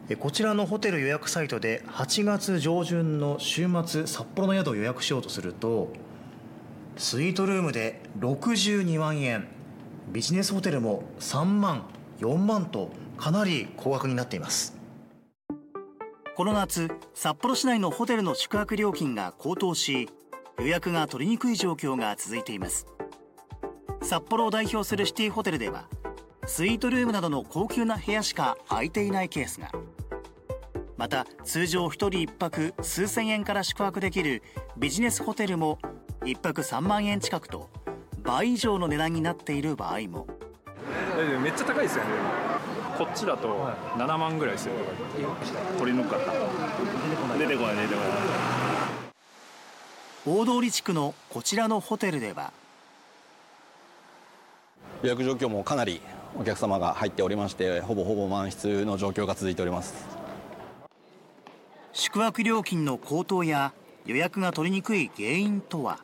こちらのホテル予約サイトで8月上旬の週末札幌の宿を予約しようとすると、スイートルームで62万円、ビジネスホテルも3万4万とかなり高額になっています。この夏、札幌市内のホテルの宿泊料金が高騰し、予約が取りにくい状況が続いています。札幌を代表するシティホテルではスイートルームなどの高級な部屋しか空いていないケースが、また通常1人1泊数千円から宿泊できるビジネスホテルも1泊3万円近くと倍以上の値段になっている場合も。 めっちゃ高いですよね。こっちだと7万ぐらいですよ。取り抜かった出てこない。 大通地区のこちらのホテルでは予約状況もかなりお客様が入っておりまして、ほぼ満室の状況が続いております。 宿泊料金の高騰や予約が取りにくい原因とは。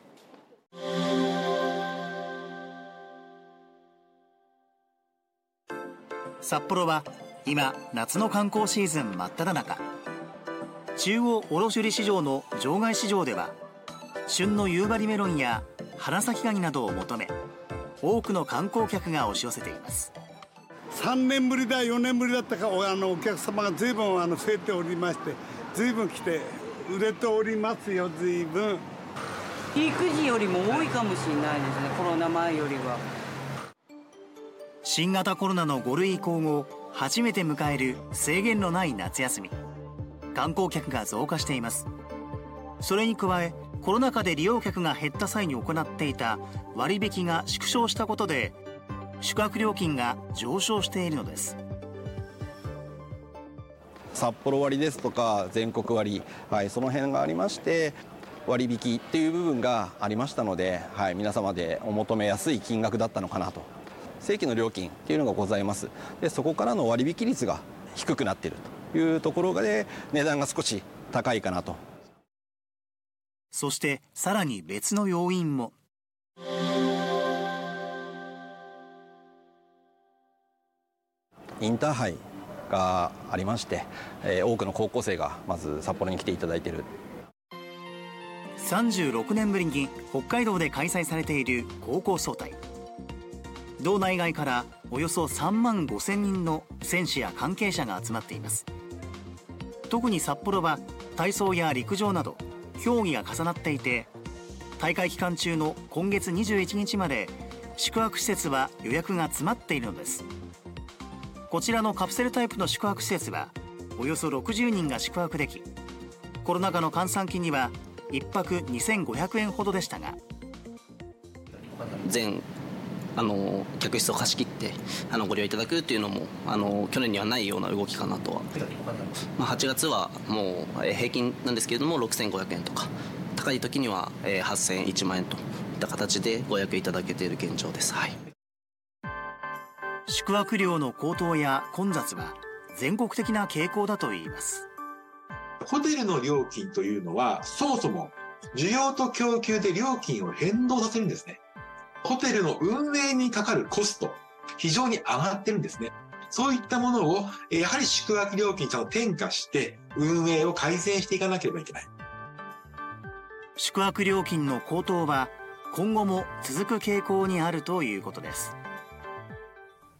札幌は今夏の観光シーズン真っ只中。中央卸売市場の場外市場では旬の夕張メロンや花咲ガニなどを求め、多くの観光客が押し寄せています。 3年ぶりだ4年ぶりだったか、お客様が随分増えておりまして、随分来て売れておりますよ。随分ピーク時よりも多いかもしれないですね、コロナ前よりは。 新型コロナの5類移行後初めて迎える制限のない夏休み、観光客が増加しています。それに加え、コロナ禍で利用客が減った際に行っていた割引が縮小したことで宿泊料金が上昇しているのです。 札幌割ですとか全国割、その辺がありまして割引っていう部分がありましたので、皆様でお求めやすい金額だったのかなと。正規の料金っていうのがございます。でそこからの割引率が低くなっているというところで値段が少し高いかなと。 そしてさらに別の要因も。 インターハイがありまして、多くの高校生がまず札幌に来ていただいている。 36年ぶりに北海道で開催されている高校総体。道内外からおよそ3万5千人の選手や関係者が集まっています。特に札幌は体操や陸上など競技が重なっていて、大会期間中の今月21日まで宿泊施設は予約が詰まっているのです。こちらのカプセルタイプの宿泊施設はおよそ60人が宿泊でき、コロナ禍の閑散期には1泊2500円ほどでしたが、 全客室を貸し切ってご利用いただくというのも去年にはないような動きかなとは。8月はもう平均なんですけれども6500円とか、高い時には8000円1万円といった形でご予約いただけている現状です。 宿泊料の高騰や混雑は全国的な傾向だといいます。 ホテルの料金というのはそもそも需要と供給で料金を変動させるんですね。ホテルの運営にかかるコスト、非常に上がってるんですね。そういったものをやはり宿泊料金にちゃんと転嫁して運営を改善していかなければいけない。 宿泊料金の高騰は今後も続く傾向にあるということです。